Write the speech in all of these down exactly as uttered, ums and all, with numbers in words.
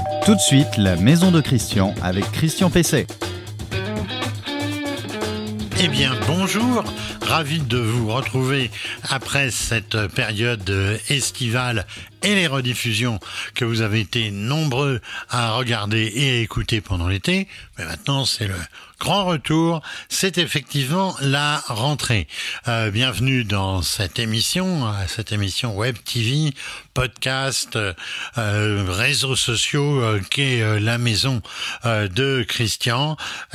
Tout de suite, la Maison de Christian avec Christian Pesset. Eh bien, bonjour, ravi de vous retrouver après cette période estivale et les rediffusions que vous avez été nombreux à regarder et à écouter pendant l'été. Mais maintenant, c'est le grand retour, c'est effectivement la rentrée. Euh, bienvenue dans cette émission, cette émission Web T V, podcast, euh, réseaux sociaux, euh, qu'est euh, la maison euh, de Christian.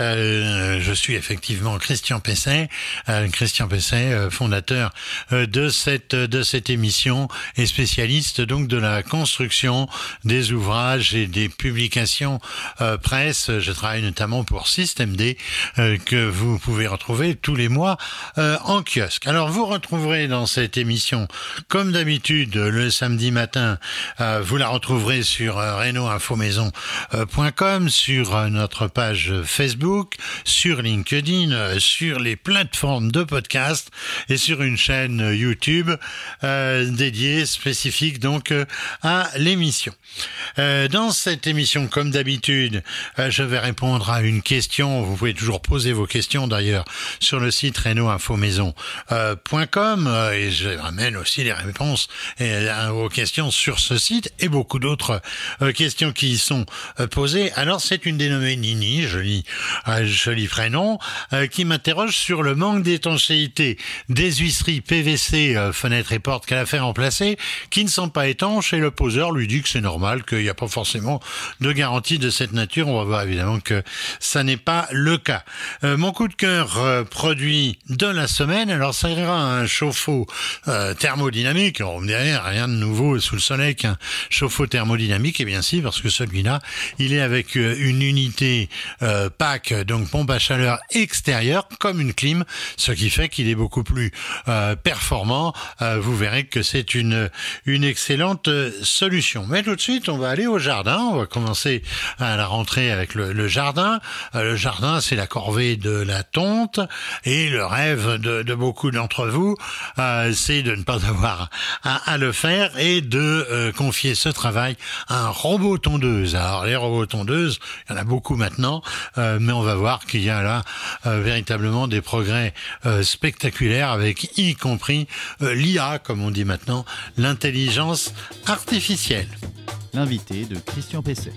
Euh, je suis effectivement Christian Pesset, euh, Christian Pesset, euh, fondateur euh, de cette de cette émission et spécialiste donc de la construction des ouvrages et des publications euh, presse. Je travaille notamment pour Système D, euh, que vous pouvez retrouver tous les mois euh, en kiosque. Alors vous retrouverez dans cette émission, comme d'habitude, le samedi matin, euh, vous la retrouverez sur euh, reno info maison point com, sur euh, notre page Facebook, sur LinkedIn, euh, sur les plateformes de podcast et sur une chaîne YouTube euh, dédiée, spécifique donc euh, à l'émission. Euh, dans cette émission, comme d'habitude, euh, je vais répondre à une question. Vous pouvez toujours poser vos questions d'ailleurs sur le site reno info maison point com euh, et je ramène aussi les réponses euh, aux questions sur ce site et beaucoup d'autres euh, questions qui y sont euh, posées. Alors c'est une dénommée Nini, joli, euh, joli prénom, euh, qui m'interroge sur le manque d'étanchéité des huisseries P V C, euh, fenêtres et portes qu'elle a fait remplacer, qui ne sont pas étanches, et le poseur lui dit que c'est normal, qu'il n'y a pas forcément de garantie de cette nature. On va voir évidemment que ça n'est pas le cas. Euh, mon coup de cœur euh, produit de la semaine, alors ça ira un chauffe-eau euh, thermodynamique. Alors, on me dirait rien de nouveau sous le soleil qu'un chauffe-eau thermodynamique. Et bien si, parce que celui-là, il est avec euh, une unité euh, P A C, donc pompe à chaleur extérieure, comme une clim, ce qui fait qu'il est beaucoup plus euh, performant. Euh, vous verrez que c'est une, une excellente euh, solution. Mais tout de suite, on va aller au jardin. On va commencer à la rentrée avec le, le jardin. Euh, le jardin, c'est la corvée de la tonte, et le rêve de, de beaucoup d'entre vous, euh, c'est de ne pas avoir à, à le faire et de euh, confier ce travail à un robot tondeuse. Alors les robots tondeuses, il y en a beaucoup maintenant, euh, mais on va voir qu'il y a là euh, véritablement des progrès euh, spectaculaires, avec y compris euh, l'I A, comme on dit maintenant, l'intelligence artificielle. L'invité de Christian Pesset.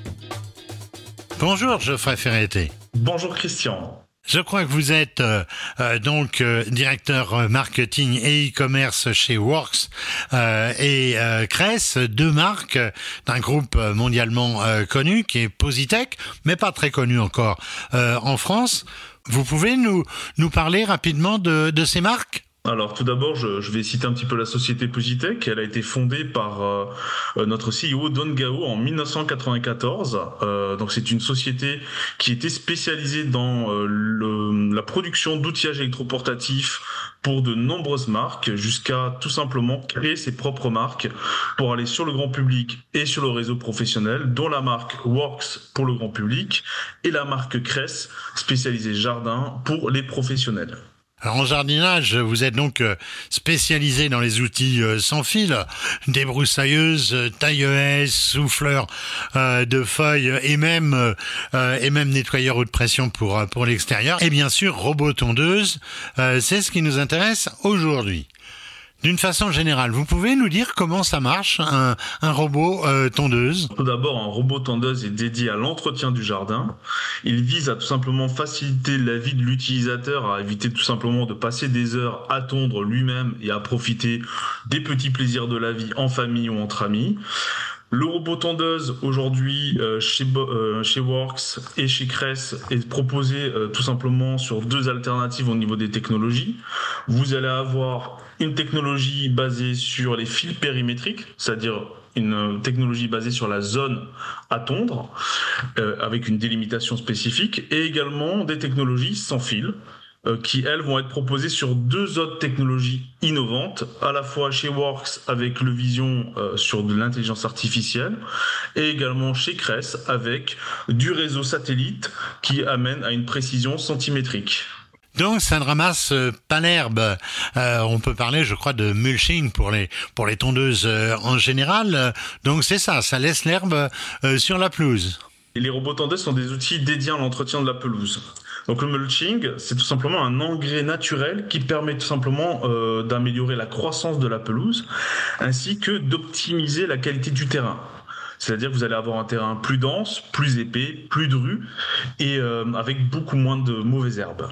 Bonjour Geoffrey Ferreté. Bonjour Christian. Je crois que vous êtes euh, euh, donc euh, directeur marketing et e-commerce chez Works euh, et euh, Cress, deux marques d'un groupe mondialement euh, connu qui est Positech, mais pas très connu encore euh, en France. Vous pouvez nous nous parler rapidement de, de ces marques ? Alors tout d'abord, je, je vais citer un petit peu la société Positech. Elle a été fondée par euh, notre C E O Don Gao en dix-neuf cent quatre-vingt-quatorze. Euh, donc c'est une société qui était spécialisée dans euh, le, la production d'outillages électroportatifs pour de nombreuses marques, jusqu'à tout simplement créer ses propres marques pour aller sur le grand public et sur le réseau professionnel, dont la marque Works pour le grand public et la marque Cress spécialisée jardin pour les professionnels. Alors en jardinage, vous êtes donc spécialisé dans les outils sans fil, débroussailleuses, taille-haie, souffleurs euh, de feuilles et même euh, et même nettoyeurs haute pression pour pour l'extérieur. Et bien sûr, robot tondeuse, euh, c'est ce qui nous intéresse aujourd'hui. D'une façon générale, vous pouvez nous dire comment ça marche, un, un robot euh, tondeuse ? Tout d'abord, un robot tondeuse est dédié à l'entretien du jardin. Il vise à tout simplement faciliter la vie de l'utilisateur, à éviter tout simplement de passer des heures à tondre lui-même et à profiter des petits plaisirs de la vie en famille ou entre amis. Le robot tondeuse aujourd'hui euh, chez, euh, chez Works et chez Cress est proposé euh, tout simplement sur deux alternatives au niveau des technologies. Vous allez avoir une technologie basée sur les fils périmétriques, c'est-à-dire une technologie basée sur la zone à tondre, euh, avec une délimitation spécifique, et également des technologies sans fil, euh, qui elles vont être proposées sur deux autres technologies innovantes, à la fois chez Works avec le Vision euh, sur de l'intelligence artificielle, et également chez Cress avec du réseau satellite qui amène à une précision centimétrique. Donc ça ne ramasse euh, pas l'herbe. Euh, on peut parler, je crois, de mulching pour les pour les tondeuses euh, en général. Donc c'est ça, ça laisse l'herbe euh, sur la pelouse. Et les robots tondeuses sont des outils dédiés à l'entretien de la pelouse. Donc le mulching, c'est tout simplement un engrais naturel qui permet tout simplement euh, d'améliorer la croissance de la pelouse ainsi que d'optimiser la qualité du terrain. C'est-à-dire que vous allez avoir un terrain plus dense, plus épais, plus dru et euh, avec beaucoup moins de mauvaises herbes.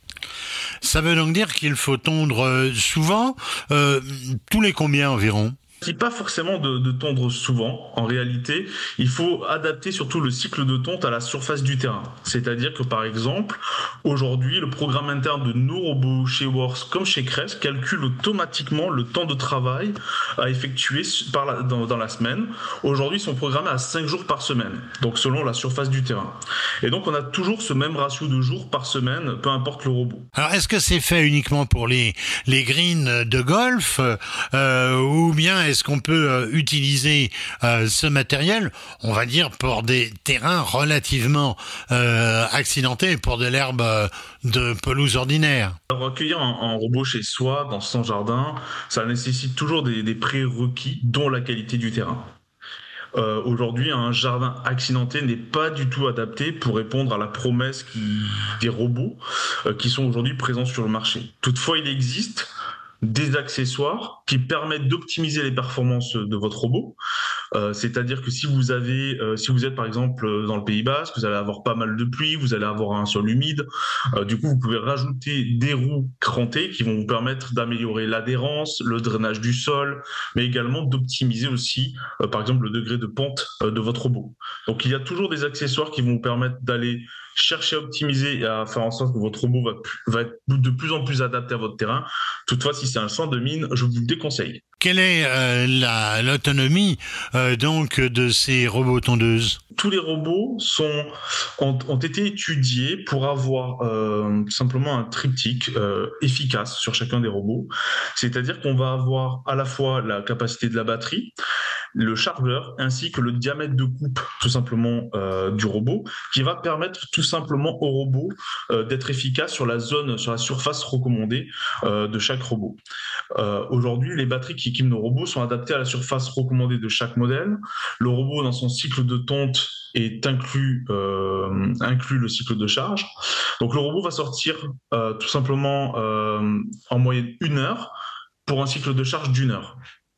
Ça veut donc dire qu'il faut tondre souvent, euh, tous les combien environ ? Il ne s'agit pas forcément de, de tondre souvent. En réalité, il faut adapter surtout le cycle de tonte à la surface du terrain. C'est-à-dire que, par exemple, aujourd'hui, le programme interne de nos robots chez Works comme chez Crest calcule automatiquement le temps de travail à effectuer par la, dans, dans la semaine. Aujourd'hui, ils sont programmés à cinq jours par semaine, donc selon la surface du terrain. Et donc, on a toujours ce même ratio de jours par semaine, peu importe le robot. Alors, est-ce que c'est fait uniquement pour les, les greens de golf euh, ou bien est-ce qu'on peut euh, utiliser euh, ce matériel, on va dire, pour des terrains relativement euh, accidentés, pour de l'herbe euh, de pelouse ordinaire? Alors, accueillir un, un robot chez soi, dans son jardin, ça nécessite toujours des, des prérequis, dont la qualité du terrain. Euh, aujourd'hui, un jardin accidenté n'est pas du tout adapté pour répondre à la promesse qui, des robots euh, qui sont aujourd'hui présents sur le marché. Toutefois, il existe des accessoires qui permettent d'optimiser les performances de votre robot. Euh, c'est-à-dire que si vous avez, euh, si vous êtes par exemple dans le Pays Basque, vous allez avoir pas mal de pluie, vous allez avoir un sol humide. Euh, du coup, vous pouvez rajouter des roues crantées qui vont vous permettre d'améliorer l'adhérence, le drainage du sol, mais également d'optimiser aussi, euh, par exemple, le degré de pente euh, de votre robot. Donc, il y a toujours des accessoires qui vont vous permettre d'aller chercher à optimiser et à faire en sorte que votre robot va, va être de plus en plus adapté à votre terrain. Toutefois, si c'est un champ de mine, je vous le déconseille. Quelle est euh, la, l'autonomie euh, donc de ces robots tondeuses ? Tous les robots sont, ont, ont été étudiés pour avoir euh, simplement un triptyque euh, efficace sur chacun des robots. C'est-à-dire qu'on va avoir à la fois la capacité de la batterie, le chargeur ainsi que le diamètre de coupe tout simplement euh, du robot qui va permettre tout simplement au robot euh, d'être efficace sur la zone, sur la surface recommandée euh, de chaque robot. Euh, aujourd'hui, les batteries qui équipent nos robots sont adaptées à la surface recommandée de chaque modèle. Le robot, dans son cycle de tonte, est inclus, euh, inclus le cycle de charge. Donc le robot va sortir euh, tout simplement euh, en moyenne une heure pour un cycle de charge d'une heure.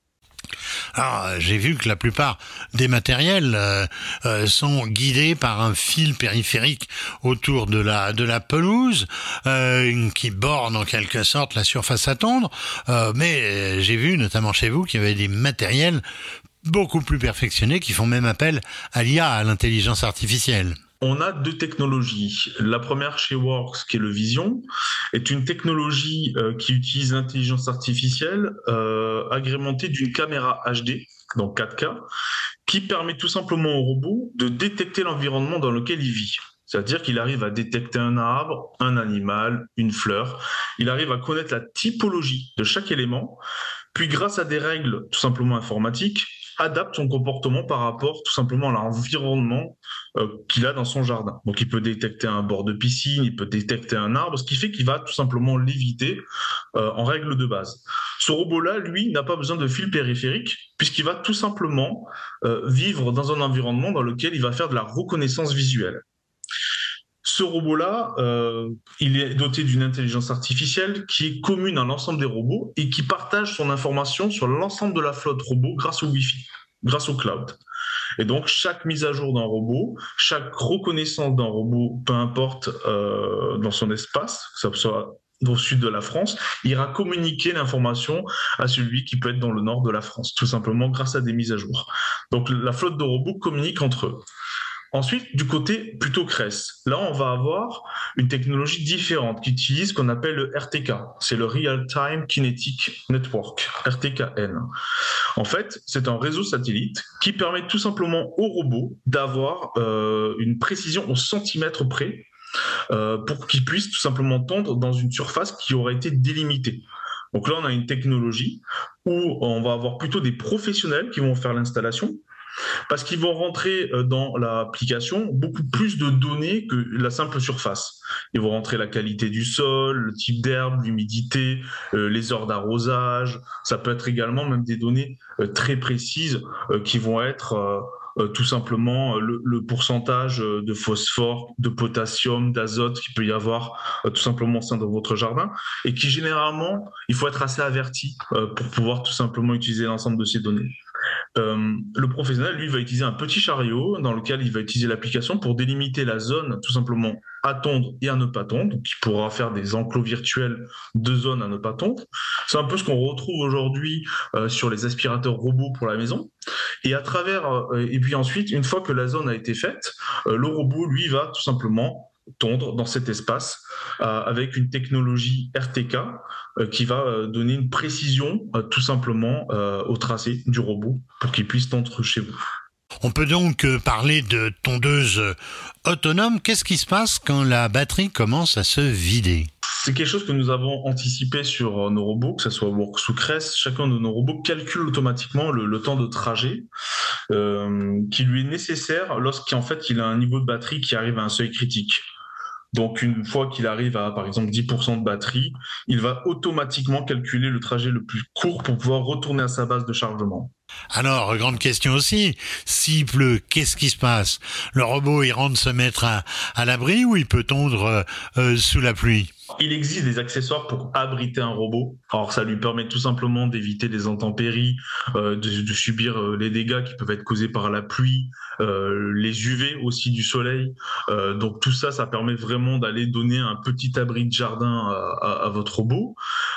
Alors, j'ai vu que la plupart des matériels euh, euh, sont guidés par un fil périphérique autour de la de la pelouse euh, qui borne en quelque sorte la surface à tondre. Euh, mais j'ai vu, notamment chez vous, qu'il y avait des matériels beaucoup plus perfectionnés qui font même appel à l'I A, à l'intelligence artificielle. On a deux technologies. La première chez Works, qui est le Vision, est une technologie euh, qui utilise l'intelligence artificielle euh, agrémentée d'une caméra H D, donc quatre K, qui permet tout simplement au robot de détecter l'environnement dans lequel il vit. C'est-à-dire qu'il arrive à détecter un arbre, un animal, une fleur. Il arrive à connaître la typologie de chaque élément, puis grâce à des règles tout simplement informatiques, adapte son comportement par rapport tout simplement à l'environnement euh, qu'il a dans son jardin. Donc il peut détecter un bord de piscine, il peut détecter un arbre, ce qui fait qu'il va tout simplement l'éviter euh, en règle de base. Ce robot-là, lui, n'a pas besoin de fil périphérique puisqu'il va tout simplement euh, vivre dans un environnement dans lequel il va faire de la reconnaissance visuelle. Ce robot-là, euh, il est doté d'une intelligence artificielle qui est commune à l'ensemble des robots et qui partage son information sur l'ensemble de la flotte robot grâce au Wi-Fi, grâce au cloud. Et donc, chaque mise à jour d'un robot, chaque reconnaissance d'un robot, peu importe euh, dans son espace, que ce soit au sud de la France, ira communiquer l'information à celui qui peut être dans le nord de la France, tout simplement grâce à des mises à jour. Donc, la flotte de robots communique entre eux. Ensuite, du côté plutôt Crest, là, on va avoir une technologie différente qui utilise ce qu'on appelle le R T K. C'est le Real Time Kinetic Network, R T K N. En fait, c'est un réseau satellite qui permet tout simplement au robot d'avoir euh, une précision au centimètre près euh, pour qu'il puisse tout simplement tondre dans une surface qui aurait été délimitée. Donc là, on a une technologie où on va avoir plutôt des professionnels qui vont faire l'installation, parce qu'ils vont rentrer dans l'application beaucoup plus de données que la simple surface. Ils vont rentrer la qualité du sol, le type d'herbe, l'humidité, euh, les heures d'arrosage. Ça peut être également même des données euh, très précises euh, qui vont être euh, euh, tout simplement le, le pourcentage de phosphore, de potassium, d'azote qu'il peut y avoir euh, tout simplement au sein de votre jardin, et qui généralement, il faut être assez averti euh, pour pouvoir tout simplement utiliser l'ensemble de ces données. Euh, le professionnel, lui, va utiliser un petit chariot dans lequel il va utiliser l'application pour délimiter la zone tout simplement à tondre et à ne pas tondre. Donc, il pourra faire des enclos virtuels de zones à ne pas tondre. C'est un peu ce qu'on retrouve aujourd'hui euh, sur les aspirateurs robots pour la maison. Et à travers, euh, et puis ensuite, une fois que la zone a été faite, euh, le robot, lui, va tout simplement tondre dans cet espace euh, avec une technologie R T K euh, qui va euh, donner une précision euh, tout simplement euh, au tracé du robot pour qu'il puisse tondre chez vous. On peut donc parler de tondeuse autonome. Qu'est-ce qui se passe quand la batterie commence à se vider ? C'est quelque chose que nous avons anticipé sur nos robots, que ce soit Works ou Cress. Chacun de nos robots calcule automatiquement le, le temps de trajet euh, qui lui est nécessaire lorsqu'en fait il a un niveau de batterie qui arrive à un seuil critique. Donc, une fois qu'il arrive à, par exemple, dix pour cent de batterie, il va automatiquement calculer le trajet le plus court pour pouvoir retourner à sa base de chargement. Alors, grande question aussi, s'il pleut, qu'est-ce qui se passe ? Le robot, il rentre se mettre à, à l'abri ou il peut tondre euh, sous la pluie ? Il existe des accessoires pour abriter un robot. Alors, ça lui permet tout simplement d'éviter les intempéries, euh, de, de subir euh, les dégâts qui peuvent être causés par la pluie, euh, les U V aussi du soleil. Euh, donc, tout ça, ça permet vraiment d'aller donner un petit abri de jardin à, à, à votre robot.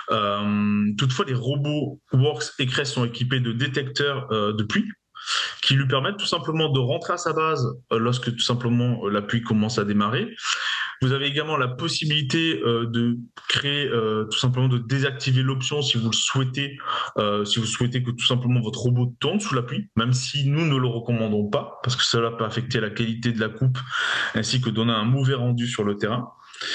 Euh, toutefois, les robots Works et Cress sont équipés de détecteurs euh, de pluie qui lui permettent tout simplement de rentrer à sa base euh, lorsque tout simplement la pluie commence à démarrer. Vous avez également la possibilité euh, de créer, euh, tout simplement de désactiver l'option si vous le souhaitez, euh, si vous souhaitez que tout simplement votre robot tonde sous la pluie, même si nous ne le recommandons pas, parce que cela peut affecter la qualité de la coupe, ainsi que donner un mauvais rendu sur le terrain.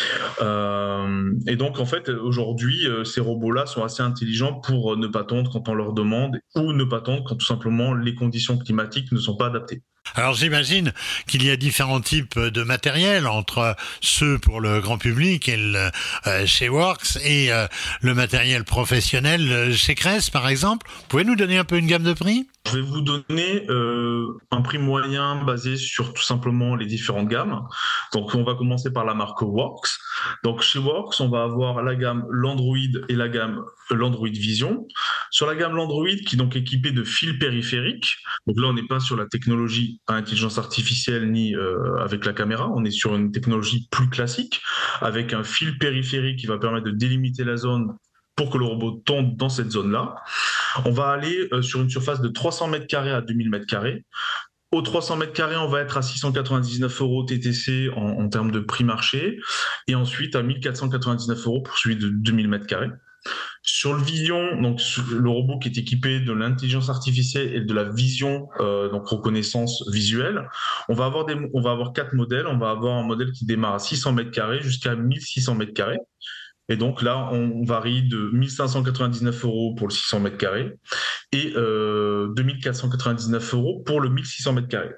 Euh, et donc en fait aujourd'hui euh, ces robots-là sont assez intelligents pour euh, ne pas tondre quand on leur demande ou ne pas tondre quand tout simplement les conditions climatiques ne sont pas adaptées. Alors j'imagine qu'il y a différents types de matériel entre ceux pour le grand public et le, euh, chez Works et euh, le matériel professionnel chez Cress par exemple. Vous pouvez nous donner un peu une gamme de prix ? Je vais vous donner euh, un prix moyen basé sur tout simplement les différentes gammes. Donc on va commencer par la marque Works. Donc chez Works, on va avoir la gamme Landroid et la gamme Landroid Vision. Sur la gamme Landroid, qui est donc équipée de fils périphériques. Donc là, on n'est pas sur la technologie à intelligence artificielle ni euh, avec la caméra. On est sur une technologie plus classique avec un fil périphérique qui va permettre de délimiter la zone pour que le robot tombe dans cette zone-là. On va aller euh, sur une surface de trois cents mètres carrés à deux mille mètres carrés. Aux trois cents mètres carrés, on va être à six cent quatre-vingt-dix-neuf euros T T C en, en termes de prix marché, et ensuite à mille quatre cent quatre-vingt-dix-neuf euros pour celui de deux mille mètres carrés. Sur le Vision, donc le robot qui est équipé de l'intelligence artificielle et de la vision, euh, donc reconnaissance visuelle, on va avoir des, on va avoir quatre modèles. On va avoir un modèle qui démarre à six cents mètres carrés jusqu'à mille six cents mètres carrés. Et donc là, on varie de mille cinq cent quatre-vingt-dix-neuf euros pour le six cents mètres carrés et euh, deux mille quatre cent quatre-vingt-dix-neuf euros pour le mille six cents mètres carrés.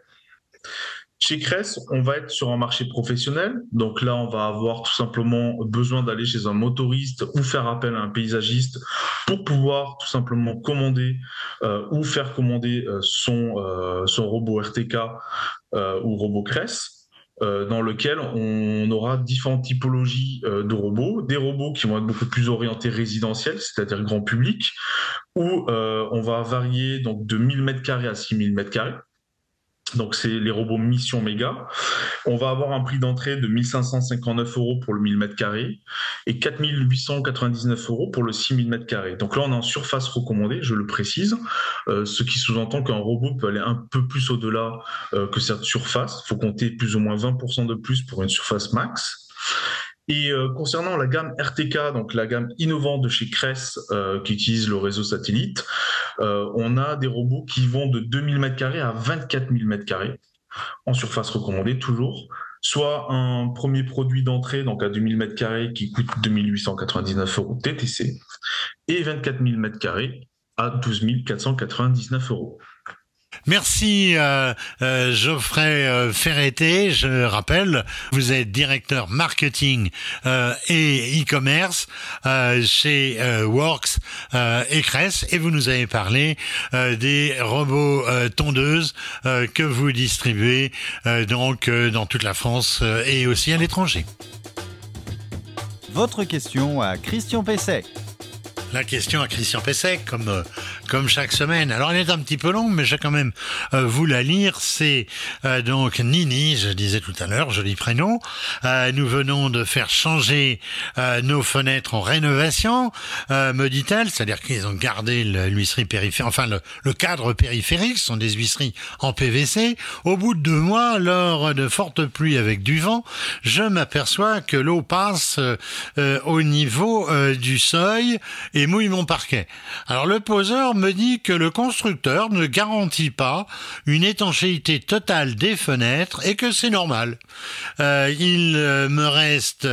Chez Cress, on va être sur un marché professionnel. Donc là, on va avoir tout simplement besoin d'aller chez un motoriste ou faire appel à un paysagiste pour pouvoir tout simplement commander euh, ou faire commander euh, son, euh, son robot R T K euh, ou robot Cress. Euh, dans lequel on aura différentes typologies euh, de robots, des robots qui vont être beaucoup plus orientés résidentiels, c'est-à-dire grand public, où euh, on va varier donc de mille mètres carrés à six mille mètres carrés. Donc c'est les robots Mission Méga. On va avoir un prix d'entrée de mille cinq cent cinquante-neuf euros pour le mille mètres carrés et quatre mille huit cent quatre-vingt-dix-neuf euros pour le six mille mètres carrés. Donc là on est en surface recommandée, je le précise, euh, ce qui sous-entend qu'un robot peut aller un peu plus au-delà euh, que cette surface. Il faut compter plus ou moins vingt pour cent de plus pour une surface max. Et euh, concernant la gamme R T K, donc la gamme innovante de chez Cress euh, qui utilise le réseau satellite, euh, on a des robots qui vont de deux mille mètres carrés à vingt-quatre mille mètres carrés en surface recommandée toujours, soit un premier produit d'entrée donc à deux mille mètres carrés qui coûte deux mille huit cent quatre-vingt-dix-neuf euros T T C et vingt-quatre mille mètres carrés à douze mille quatre cent quatre-vingt-dix-neuf euros. Merci euh, euh, Geoffrey euh, Ferreté. Je rappelle, vous êtes directeur marketing euh, et e-commerce euh, chez euh, Works euh, et Cress, et vous nous avez parlé euh, des robots euh, tondeuses euh, que vous distribuez euh, donc euh, dans toute la France euh, et aussi à l'étranger. Votre question à Christian Pesset. La question à Christian Pesset, comme euh, comme chaque semaine. Alors elle est un petit peu longue, mais je vais quand même euh, vous la lire. C'est euh, donc Nini, je disais tout à l'heure, joli prénom. Euh, nous venons de faire changer euh, nos fenêtres en rénovation, euh, me dit-elle. C'est-à-dire qu'ils ont gardé le- l'huisserie périphérique, enfin le, le cadre périphérique, ce sont des huisseries en P V C. Au bout de deux mois, lors de fortes pluies avec du vent, je m'aperçois que l'eau passe euh, euh, au niveau euh, du seuil et mouille mon parquet. Alors le poseur me dit que le constructeur ne garantit pas une étanchéité totale des fenêtres et que c'est normal. Euh, il euh, me reste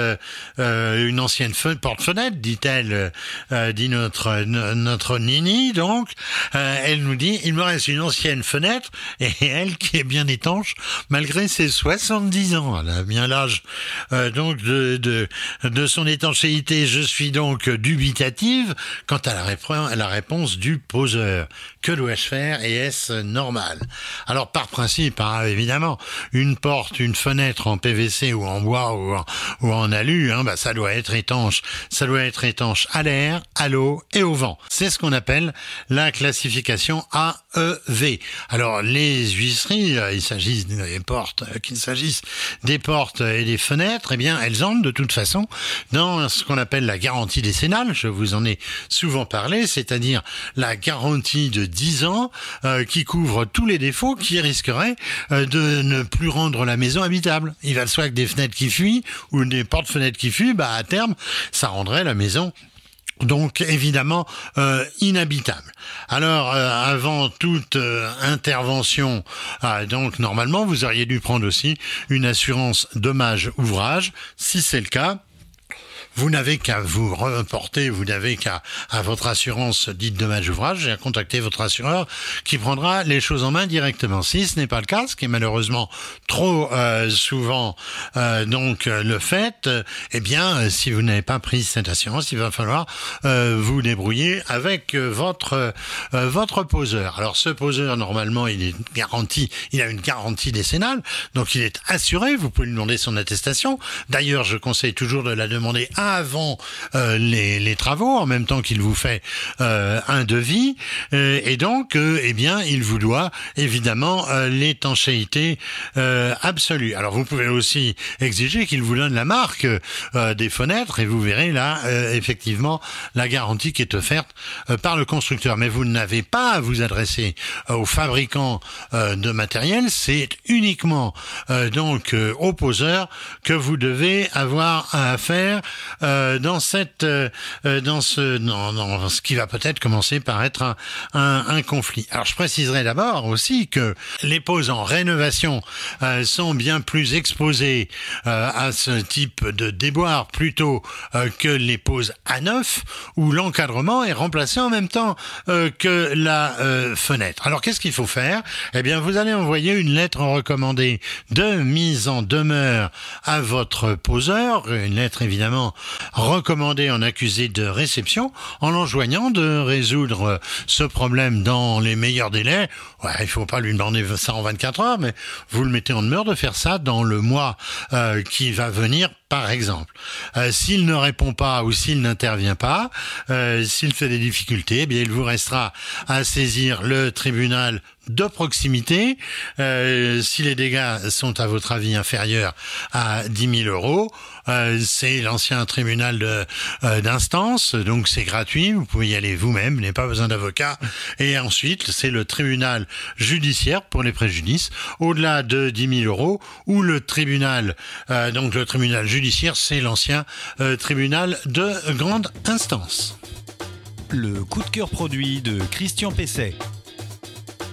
euh, une ancienne fe- porte-fenêtre, dit-elle, euh, dit notre no- notre Nini. Donc, euh, elle nous dit, il me reste une ancienne fenêtre et elle qui est bien étanche malgré ses soixante-dix ans. Elle a bien l'âge euh, donc de, de de son étanchéité. Je suis donc dubitative quant à la, répro- à la réponse du poseur. Que dois-je faire et est-ce normal? Alors par principe, hein, évidemment, une porte, une fenêtre en P V C ou en bois ou en, ou en alu, hein, bah, ça doit être étanche. Ça doit être étanche à l'air, à l'eau et au vent. C'est ce qu'on appelle la classification A E V. Alors les huisseries, euh, il s'agisse des portes, euh, qu'il s'agisse des portes et des fenêtres, eh bien elles entrent de toute façon dans ce qu'on appelle la garantie décennale. Je vous en ai souvent parlé, c'est-à-dire la garantie de dix ans euh, qui couvre tous les défauts qui risqueraient euh, de ne plus rendre la maison habitable. Il va de soi que des fenêtres qui fuient ou des portes-fenêtres qui fuient, bah à terme, ça rendrait la maison donc évidemment euh, inhabitable. Alors euh, avant toute euh, intervention, ah, donc normalement vous auriez dû prendre aussi une assurance dommage ouvrage. Si c'est le cas, vous n'avez qu'à vous reporter, vous n'avez qu'à à votre assurance dite dommage ouvrage et à contacter votre assureur qui prendra les choses en main directement. Si ce n'est pas le cas, ce qui est malheureusement trop euh, souvent euh, donc euh, le fait, euh, eh bien euh, si vous n'avez pas pris cette assurance, il va falloir euh, vous débrouiller avec euh, votre euh, votre poseur. Alors ce poseur normalement il est garanti, il a une garantie décennale, donc il est assuré. Vous pouvez lui demander son attestation. D'ailleurs, je conseille toujours de la demander avant euh, les, les travaux, en même temps qu'il vous fait euh, un devis, euh, et donc, euh, eh bien, il vous doit évidemment euh, l'étanchéité euh, absolue. Alors, vous pouvez aussi exiger qu'il vous donne la marque euh, des fenêtres, et vous verrez là, euh, effectivement, la garantie qui est offerte euh, par le constructeur. Mais vous n'avez pas à vous adresser euh, aux fabricants euh, de matériel, c'est uniquement euh, donc euh, au poseur que vous devez avoir à faire Euh, dans cette, euh, dans ce, dans, dans ce qui va peut-être commencer par être un, un, un conflit. Alors je préciserai d'abord aussi que les poses en rénovation euh, sont bien plus exposées euh, à ce type de déboire plutôt euh, que les poses à neuf où l'encadrement est remplacé en même temps euh, que la euh, fenêtre. Alors qu'est-ce qu'il faut faire? Eh bien vous allez envoyer une lettre recommandée de mise en demeure à votre poseur, une lettre évidemment recommandé en accusé de réception, en l'enjoignant de résoudre ce problème dans les meilleurs délais. Ouais, il faut pas lui demander ça en vingt-quatre heures, mais vous le mettez en demeure de faire ça dans le mois euh, qui va venir, par exemple. Euh, s'il ne répond pas ou s'il n'intervient pas, euh, s'il fait des difficultés, eh bien il vous restera à saisir le tribunal de proximité. Euh, si les dégâts sont à votre avis inférieurs à dix mille euros, euh, c'est l'ancien tribunal de, euh, d'instance, donc c'est gratuit, vous pouvez y aller vous-même, vous n'avez pas besoin d'avocat. Et ensuite, c'est le tribunal judiciaire pour les préjudices, au-delà de dix mille euros, ou le tribunal, euh, donc le tribunal judiciaire, c'est l'ancien euh, tribunal de grande instance. Le coup de cœur produit de Christian Pesset.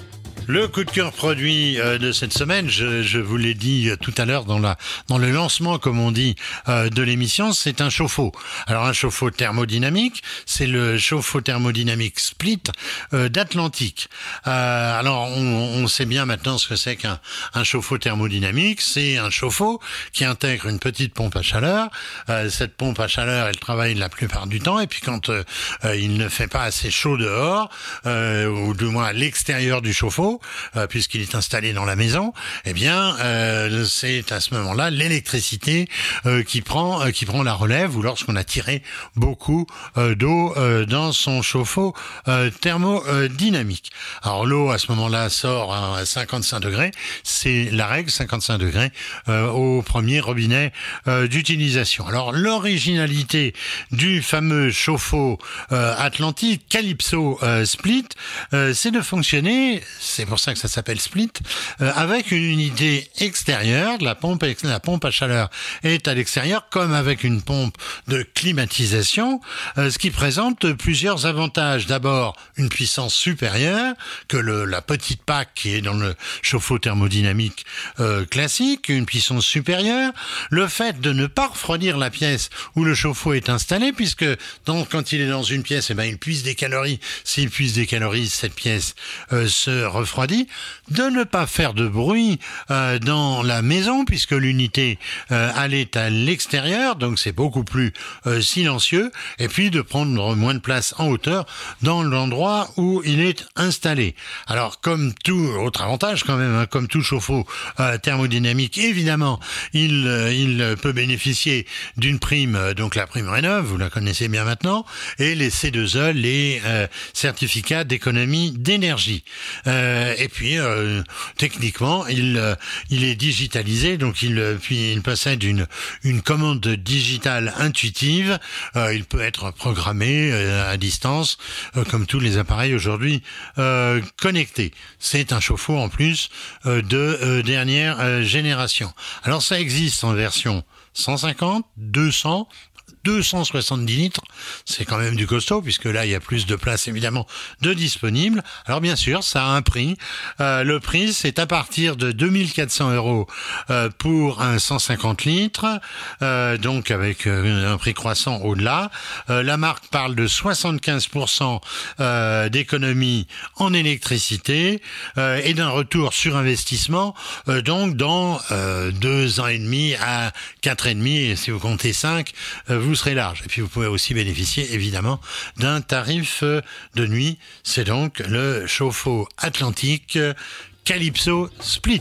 Le coup de cœur produit euh, de cette semaine, je, je vous l'ai dit tout à l'heure dans la dans le lancement, comme on dit, euh, de l'émission, c'est un chauffe-eau. Alors un chauffe-eau thermodynamique, c'est le chauffe-eau thermodynamique Split euh, d'Atlantique. Euh, alors on, on sait bien maintenant ce que c'est qu'un un chauffe-eau thermodynamique. C'est un chauffe-eau qui intègre une petite pompe à chaleur. Euh, cette pompe à chaleur, elle travaille la plupart du temps, et puis quand euh, euh, il ne fait pas assez chaud dehors, euh, ou du moins à l'extérieur du chauffe-eau, Euh, puisqu'il est installé dans la maison, eh bien, euh, c'est à ce moment-là l'électricité euh, qui prend euh, qui prend la relève, ou lorsqu'on a tiré beaucoup euh, d'eau euh, dans son chauffe-eau euh, thermodynamique. Alors l'eau à ce moment-là sort à cinquante-cinq degrés, c'est la règle, cinquante-cinq degrés euh, au premier robinet euh, d'utilisation. Alors l'originalité du fameux chauffe-eau euh, Atlantique Calypso euh, Split, euh, c'est de fonctionner, c'est pour ça que ça s'appelle Split, euh, avec une unité extérieure. La pompe, la pompe à chaleur est à l'extérieur, comme avec une pompe de climatisation, euh, ce qui présente plusieurs avantages. D'abord, une puissance supérieure que le, la petite pack qui est dans le chauffe-eau thermodynamique euh, classique, une puissance supérieure. Le fait de ne pas refroidir la pièce où le chauffe-eau est installé, puisque donc, quand il est dans une pièce, eh ben, il puise des calories. S'il puise des calories, cette pièce euh, se refroidit. De ne pas faire de bruit euh, dans la maison, puisque l'unité euh, elle est à l'extérieur, donc c'est beaucoup plus euh, silencieux, et puis de prendre moins de place en hauteur dans l'endroit où il est installé. Alors comme tout autre avantage quand même, hein, comme tout chauffe-eau euh, thermodynamique, évidemment il, euh, il peut bénéficier d'une prime, euh, donc la prime Rénov', vous la connaissez bien maintenant, et les C deux E, les euh, certificats d'économie d'énergie. Euh, et puis euh, techniquement il euh, il est digitalisé, donc il euh, puis il possède une une commande digitale intuitive. Euh, il peut être programmé euh, à distance euh, comme tous les appareils aujourd'hui euh, connectés. C'est un chauffe-eau en plus euh, de euh, dernière euh, génération. Alors ça existe en version cent cinquante, deux cents, deux cent soixante-dix litres, c'est quand même du costaud, puisque là il y a plus de place évidemment de disponible. Alors bien sûr ça a un prix, euh, le prix c'est à partir de deux mille quatre cents euros euh, pour un cent cinquante litres, euh, donc avec euh, un prix croissant au-delà. Euh, la marque parle de soixante-quinze pour cent euh, d'économie en électricité euh, et d'un retour sur investissement euh, donc dans euh, deux ans et demi à quatre et demi, et si vous comptez cinq, euh, vous serez large. Et puis vous pouvez aussi bénéficier évidemment d'un tarif de nuit. C'est donc le chauffe-eau Atlantique Calypso Split.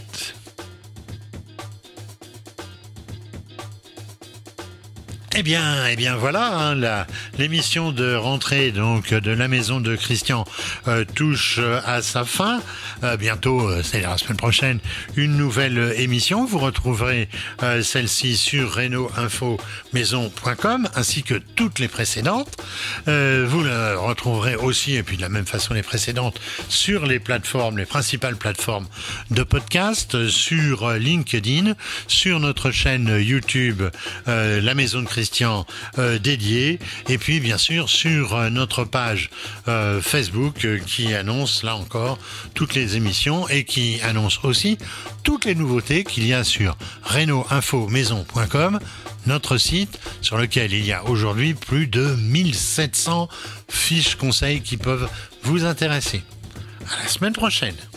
Eh bien, eh bien voilà, hein, la, l'émission de rentrée donc de la maison de Christian euh, touche euh, à sa fin. Euh, bientôt, euh, c'est la semaine prochaine, une nouvelle euh, émission. Vous retrouverez euh, celle-ci sur reno info maison point com ainsi que toutes les précédentes. Euh, vous la retrouverez aussi, et puis de la même façon les précédentes, sur les plateformes, les principales plateformes de podcast, sur euh, LinkedIn, sur notre chaîne YouTube euh, La Maison de Christian. Euh, dédié, et puis bien sûr sur euh, notre page euh, Facebook euh, qui annonce là encore toutes les émissions et qui annonce aussi toutes les nouveautés qu'il y a sur reno info maison point com, notre site sur lequel il y a aujourd'hui plus de mille sept cents fiches conseils qui peuvent vous intéresser. À la semaine prochaine.